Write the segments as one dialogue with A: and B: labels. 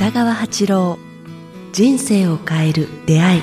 A: 北川八郎、人生を変える出会い。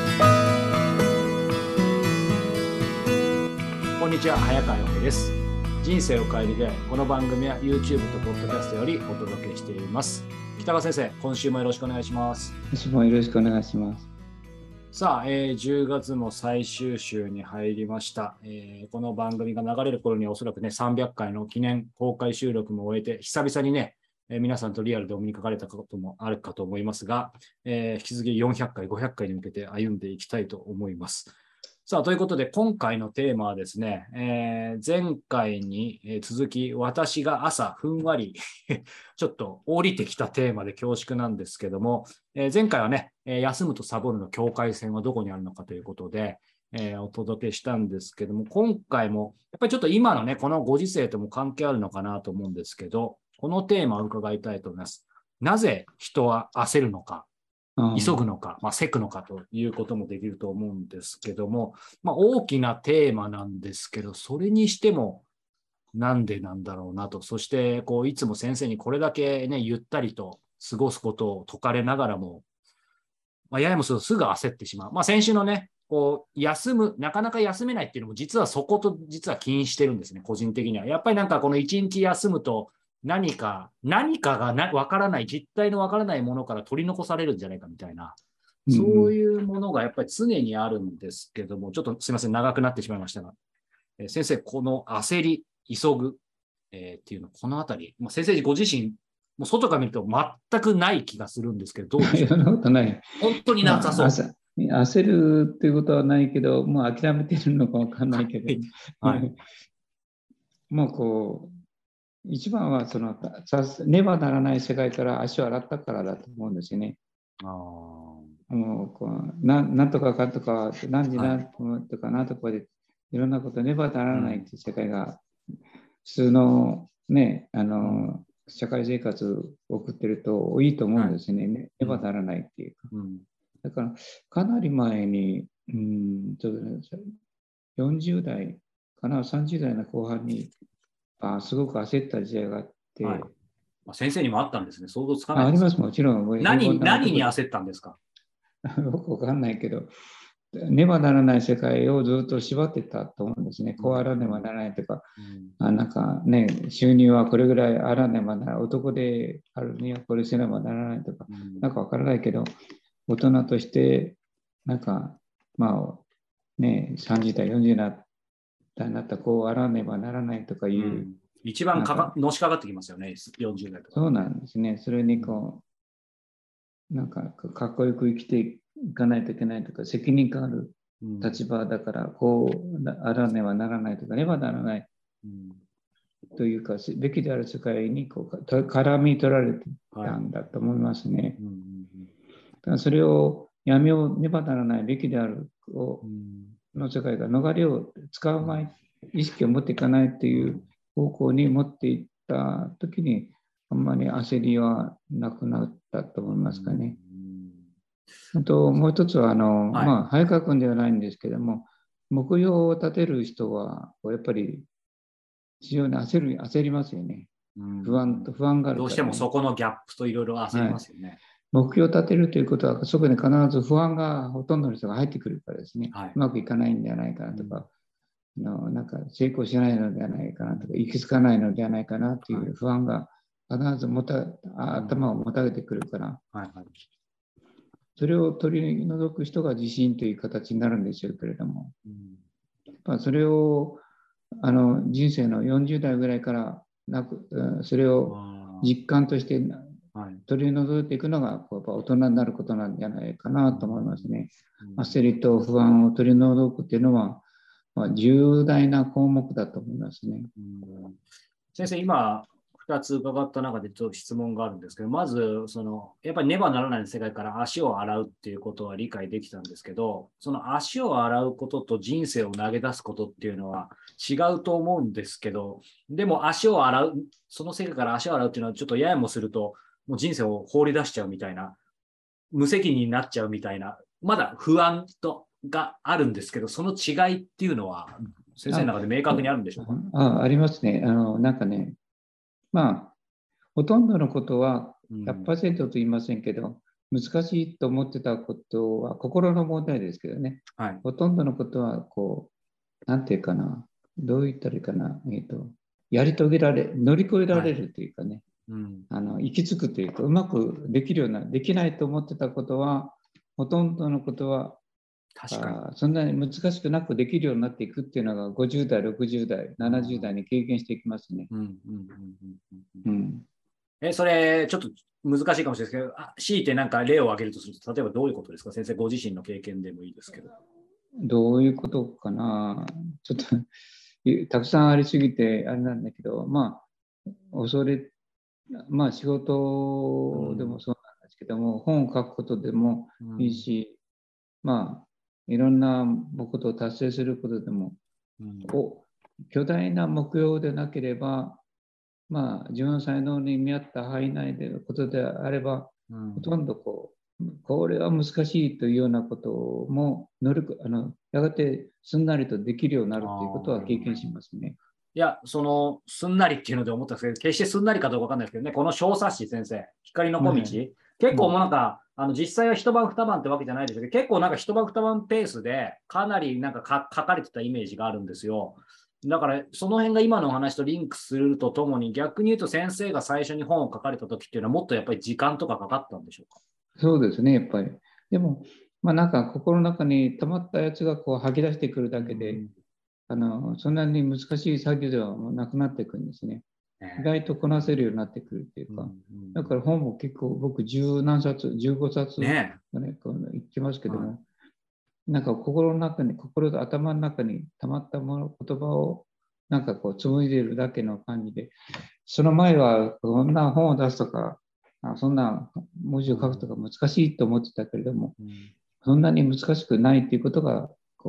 B: こんにちは、早川洋平です。人生を変える出会い。この番組は YouTube と Podcast よりお届けしています。北川先生、今週もよろしくお願いします。
C: 今週もよろしくお願いします。
B: さあ、10月も最終週に入りました。この番組が流れる頃にはおそらくね、300回の記念公開収録も終えて、久々にね、皆さんとリアルでお目にかかれたこともあるかと思いますが、引き続き400回、500回に向けて歩んでいきたいと思います。さあ、ということで、今回のテーマはですね、前回に続き、私が朝ふんわりちょっと降りてきたテーマで恐縮なんですけども、前回はね、休むとサボるの境界線はどこにあるのかということで、お届けしたんですけども、今回もやっぱりちょっと今のね、このご時世とも関係あるのかなと思うんですけど、このテーマを伺いたいと思います。なぜ人は焦るのか、急ぐのか、せくのかということもできると思うんですけども、大きなテーマなんですけど、それにしてもなんでなんだろうなと、そしていつも先生にこれだけね、ゆったりと過ごすことを説かれながらも、ややもするとすぐ焦ってしまう。先週のね、休む、なかなか休めないっていうのも実はそこと実は起因してるんですね、個人的には。やっぱりこの一日休むと、何かがわからない、実態のわからないものから取り残されるんじゃないかみたいな、そういうものがやっぱり常にあるんですけども、ちょっとすいません、長くなってしまいましたが、先生、この焦り、急ぐ、っていうの、このあたり、先生ご自身、もう外から見ると全くない気がするんですけど、どうでしょう？
C: そんなことない。
B: 本当になさそう。
C: 焦るっていうことはないけど、もう諦めてるのかわかんないけど、はい、もう一番はねばならない世界から足を洗ったからだと思うんですよね。もうなんとかかとか、何時何分とか何とかでいろんなことねばならないっていう世界が、普通のね、社会生活を送ってるといいと思うんですね。ねばならないっていうか。だからかなり前に、40代かな、30代の後半にすごく焦った時代があって、
B: 先生にもあったんですね。想像つかないです。
C: あります、もちろん。
B: 何に焦ったんですか？
C: よくわかんないけど、ねばならない世界をずっと縛ってたと思うんですね。こうあらねばならないとか、なんかね、収入はこれぐらいあらねばならない、男であるにはこれせねばならないとか、なんかわからないけど、大人として、30代、40代になったらこうあらねばならないとかいう。
B: 一番のしかかってきますよね、40代とか。
C: そうなんですね。それになんかかっこよく生きていかないといけないとか、責任がある立場だから、こうあらねばならないとか、ねばならないというか、べきである世界に絡み取られてたんだと思いますね。だからそれをやめよう、ねばならないべきであるの世界が逃れを使う前、意識を持っていかないっていう方向に持っていったときに、あんまり焦りはなくなったと思いますかね。もう一つは早川君ではないんですけども、目標を立てる人はやっぱり非常に焦りますよね。不安があるから、ね。
B: どうしてもそこのギャップといろいろ焦りますよね。
C: 目標を立てるということは、そこに必ず不安がほとんどの人が入ってくるからですね。うまくいかないんじゃないかなとか、なんか成功しないのではないかなとか、行き着かないのではないかなという不安が必ず頭をもたげてくるから、それを取り除く人が自信という形になるんでしょうけれども、それを人生の40代ぐらいからそれを実感として取り除いていくのがやっぱ大人になることなんじゃないかなと思いますね。焦りと不安を取り除くっていうのは、重大な項目だと思いますね。
B: 先生、今2つ伺った中でちょっと質問があるんですけど、まずやっぱりねばならない世界から足を洗うっていうことは理解できたんですけど、その足を洗うことと人生を投げ出すことっていうのは違うと思うんですけど、でも足を洗う、その世界から足を洗うっていうのはちょっとややもすると、もう人生を放り出しちゃうみたいな、無責任になっちゃうみたいな、まだ不安があるんですけど、その違いっていうのは先生の中で明確にあるんでしょうか？
C: ありますね。なんかね、ほとんどのことは 100% と言いませんけど、難しいと思ってたことは心の問題ですけどね。
B: はい、
C: ほとんどのことは、こう、なんていうかな、どう言ったらいいかな、やり遂げられ、乗り越えられるというかね、行き着くというか、うまくできるような、できないと思ってたことは、ほとんどのことは、
B: 確かに
C: そんなに難しくなくできるようになっていくっていうのが50代、60代、70代に経験していきますね。
B: それ、ちょっと難しいかもしれないですけど、強いてなんか例を挙げるとすると、例えばどういうことですか？先生、ご自身の経験でもいいですけど。
C: どういうことかな。ちょっとたくさんありすぎてあれなんだけど、まあ、仕事でもそうなんですけども、本を書くことでもいいし、まあ、いろんなことを達成することでも、巨大な目標でなければ、まあ、自分の才能に見合った範囲内でのことであれば、ほとんどこれは難しいというようなこともやがてすんなりとできるようになるということは経験しますね。
B: いや、すんなりっていうので思ったんですけど、決してすんなりかどうかわかんないですけどね、この小冊子先生、光の小道、結構もうなんか、実際は一晩二晩ってわけじゃないですけど、結構なんか一晩二晩ペースで、かなりなんか書かれてたイメージがあるんですよ。だから、その辺が今のお話とリンクするとともに、逆に言うと先生が最初に本を書かれた時っていうのは、もっとやっぱり時間とかかかったんでしょうか？
C: そうですね、やっぱり。でも、まあなんか心の中に溜まったやつがこう吐き出してくるだけで、そんなに難しい作業ではもうなくなっていくんですね。意外とこなせるようになってくるっていうか、だから本も結構僕十何冊、15冊がね、言ってますけども、なんか心と頭の中に溜まった言葉をなんかこう紡いでるだけの感じで、その前はこんな本を出すとか、そんな文字を書くとか難しいと思ってたけれども、そんなに難しくないっていうことが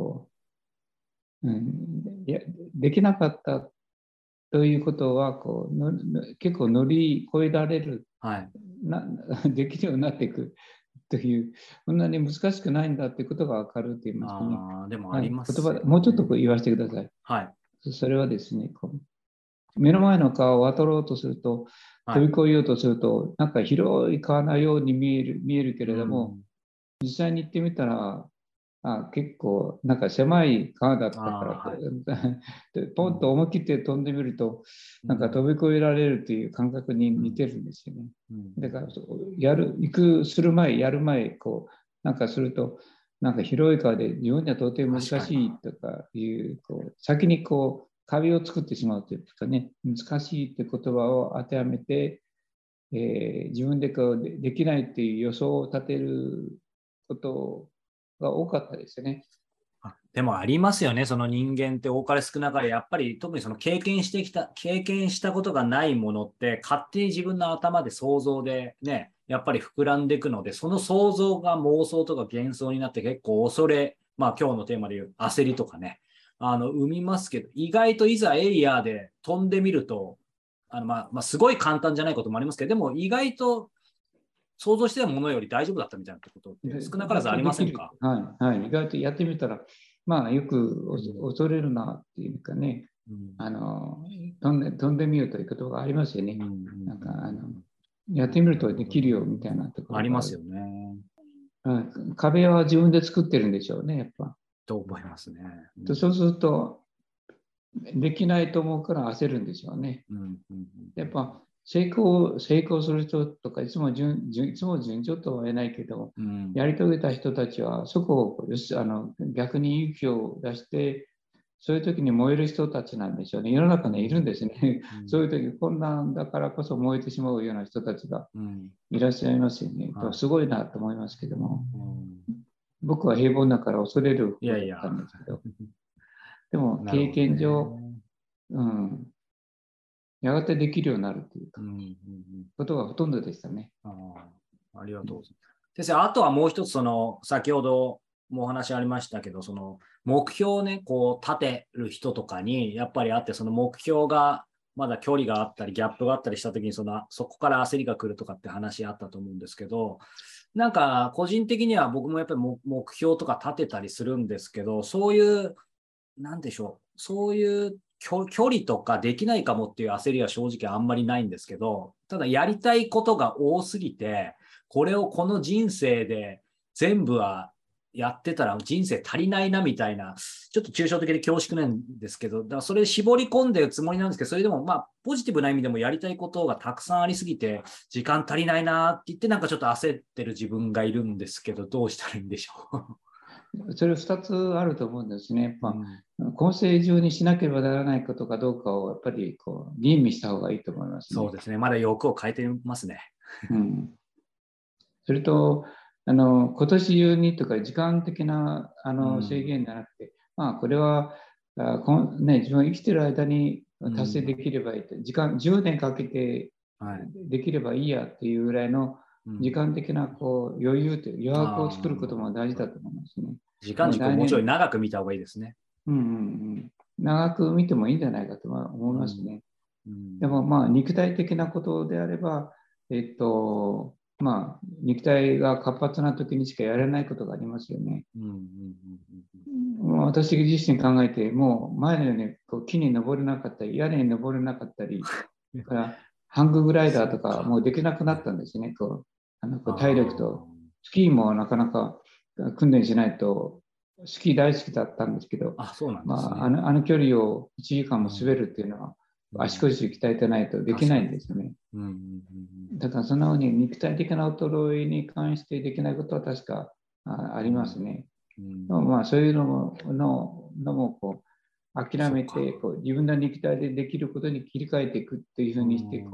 C: できなかったということは結構乗り越えられる、できるようになっていくという、そんなに難しくないんだということが分かると言いますかね。
B: でもあります
C: 言葉もうちょっと言わせてください。
B: はい。
C: それはですね、目の前の川を渡ろうとすると、飛び越えようとすると、なんか広い川のように見えるけれども、実際に行ってみたら、結構なんか狭い川だったから、ポンと思い切って飛んでみると、なんか飛び越えられるという感覚に似てるんですよね。だからする前、やる前、なんかすると、なんか広い川で自分には到底難しいとかいう、先に壁を作ってしまうというかね、難しいって言葉を当てはめて、自分でできないっていう予想を立てることが多かったですよね。
B: でもありますよね、その人間って多かれ少なかれ、やっぱり特にその経験したことがないものって、勝手に自分の頭で想像でね、やっぱり膨らんでいくので、その想像が妄想とか幻想になって結構今日のテーマでいう焦りとかね、生みますけど、意外といざエリアで飛んでみると、すごい簡単じゃないこともありますけど、でも意外と想像してたものより大丈夫だったみたいなことって少なからずありませんか？
C: はい、意外とやってみたら、よく恐れるなっていうかね、飛んでみようということがありますよね。なんかやってみるとできるよみたいなところ
B: ありますよね。
C: 壁は自分で作ってるんでしょうね、やっぱ。
B: と思いますね。
C: そうすると、できないと思うから焦るんでしょうね。やっぱ成功する人とかいつも順調とは言えないけど、やり遂げた人たちはそこを逆に勇気を出してそういう時に燃える人たちなんでしょうね。世の中にいるんですね。そういう時困難だからこそ燃えてしまうような人たちがいらっしゃいますよね。すごいなと思いますけども、僕は平凡だから恐れる方だったんですけど、でも経験上、やがてできるようになるということがほとんどでしたね。
B: ありがとうございます。先生、あとはもう一つ、先ほどもお話ありましたけど、目標をね、立てる人とかにやっぱりあって、その目標がまだ距離があったり、ギャップがあったりしたときにそこから焦りが来るとかって話あったと思うんですけど、なんか個人的には僕もやっぱり目標とか立てたりするんですけど、そういう、なんでしょう、そういう距離とかできないかもっていう焦りは正直あんまりないんですけど、ただやりたいことが多すぎて、これをこの人生で全部はやってたら人生足りないなみたいな、ちょっと抽象的で恐縮なんですけど、だからそれ絞り込んでるつもりなんですけど、それでもまあポジティブな意味でもやりたいことがたくさんありすぎて、時間足りないなって言ってなんかちょっと焦ってる自分がいるんですけど、どうしたらいいんでしょ
C: それ2つあると思うんですね。
B: う。
C: 今世中にしなければならないことかどうかをやっぱり吟味した方がいいと思いますね。
B: そうですね。まだ欲を変えてますね。
C: それと、今年中にとか時間的な制限じゃなくて、これは自分が生きてる間に達成できればいいと、時間10年かけてできればいいやっていうぐらいの時間的な余裕という余白を作ることも大事だと思いますね。
B: 時間軸をもうちょい長く見た方がいいですね。
C: 長く見てもいいんじゃないかと思いますね。でも肉体的なことであれば、肉体が活発な時にしかやれないことがありますよね。私自身考えて、もう前のように木に登れなかったり、屋根に登れなかったり、からハンググライダーとかもうできなくなったんですね。体力と。スキーもなかなか訓練しないと、スキー大好きだったんですけど、
B: そうなんですね。
C: あの距離を1時間も滑るっていうのは、足腰鍛えてないとできないんですよね。だからそんなふうに肉体的な衰えに関してできないことは確かありますね。そういうのも諦めて自分の肉体でできることに切り替えていくっていうふうにして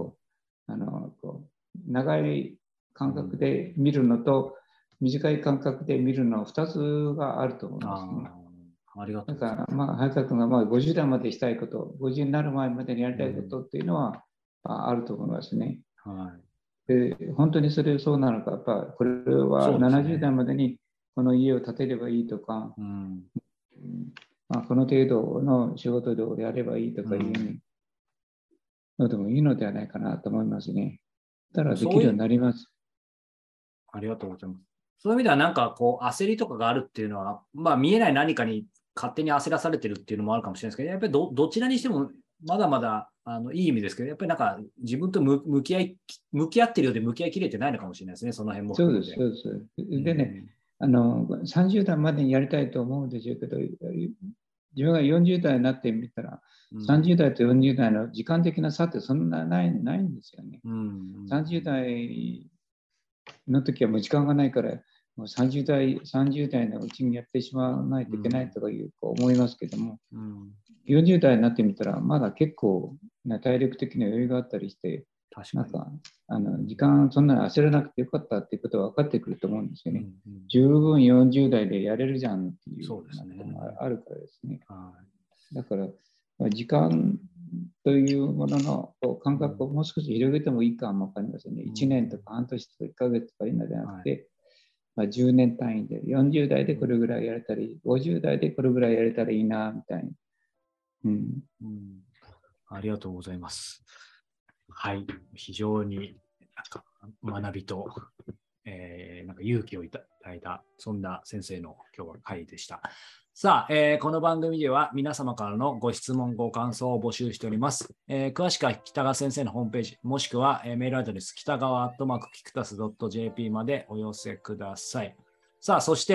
C: 長い感覚で見るのと短い感覚で見るの2つがあると思いますね。だから早川君が50代までしたいこと、50になる前までにやりたいことっていうのはあると思いますね。で本当にそうなのか、やっぱこれは70代までにこの家を建てればいいとか、この程度の仕事でやればいいとかいうのでもいいのではないかなと思いますね。ただできるようになります。
B: ありがとうございます。そういう意味ではなんか焦りとかがあるっていうのは、見えない何かに勝手に焦らされてるっていうのもあるかもしれないですけど、やっぱりどちらにしてもまだまだいい意味ですけど、やっぱりなんか自分と向き合ってるようで向き合いきれてないのかもしれないですね、その辺も含めて。
C: そうです。でね、30代までにやりたいと思うんでしょうけど、自分が40代になってみたら、30代と40代の時間的な差ってそんなないんですよね。30代の時はもう時間がないから、もう30代のうちにやってしまわないといけないとか思いますけども、40代になってみたら、まだ結構体力的な余裕があったりして、なんか時間そんなに焦らなくてよかったっていうことは分かってくると思うんですよね。十分40代でやれるじゃんっていうこともあるからですね。だから時間というものの感覚をもう少し広げてもいいかも分かりませんね。1年とか半年とか1ヶ月とかいうのではなくて、10年単位で40代でこれぐらいやれたり、50代でこれぐらいやれたらいいなみたいな。
B: ありがとうございます。はい、非常になんか学びと、なんか勇気をいただいた、そんな先生の今日は会でした。さあ、この番組では皆様からのご質問、ご感想を募集しております。詳しくは北川先生のホームページ、もしくは、メールアドレス、北川キクタス .jp までお寄せください。さあ、そして、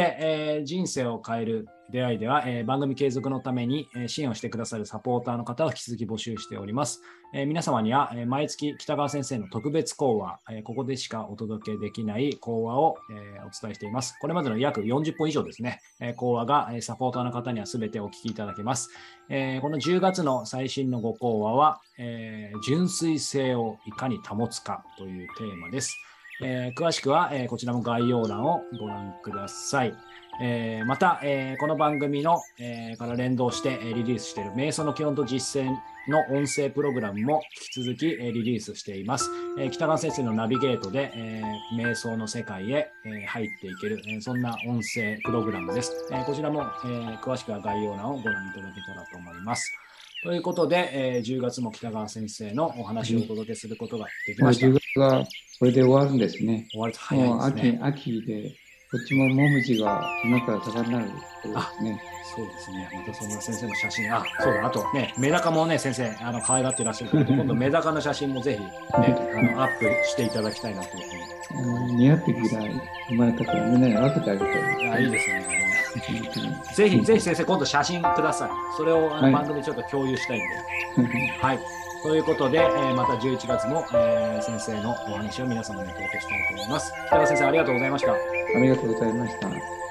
B: 人生を変える出会いでは、番組継続のために、支援をしてくださるサポーターの方を引き続き募集しております。皆様には、毎月北川先生の特別講話、ここでしかお届けできない講話を、お伝えしています。これまでの約40本以上ですね、講話が、サポーターの方には全てお聞きいただけます。この10月の最新のご講話は、純粋性をいかに保つかというテーマです。詳しくは、こちらも概要欄をご覧ください。また、この番組の、から連動して、リリースしている瞑想の基本と実践の音声プログラムも引き続き、リリースしています。北川先生のナビゲートで、瞑想の世界へ、入っていける、そんな音声プログラムです。こちらも、詳しくは概要欄をご覧いただけたらと思います。ということで、10月も北川先生のお話をお届けすることができました。
C: 10月がこれで終わるんですね。
B: 終わりと早いですね。
C: もう秋で、 こっちももみじが今から盛んになるところですね。
B: そうですね。またそんな先生の写真、そうだ、あとね、メダカもね、先生、可愛がっていらっしゃるので、今度メダカの写真もぜひ、ね、アップしていただきたいなというふうに。
C: 200匹ぐらい生まれたからみんなに分けてあげたい。
B: いいですね。ぜひ先生、今度写真ください。それを番組でちょっと共有したいんで。はい。ということで、また11月も、先生のお話を皆様にお届けしたいと思います。北川先生、ありがとうございました。
C: ありがとうございました。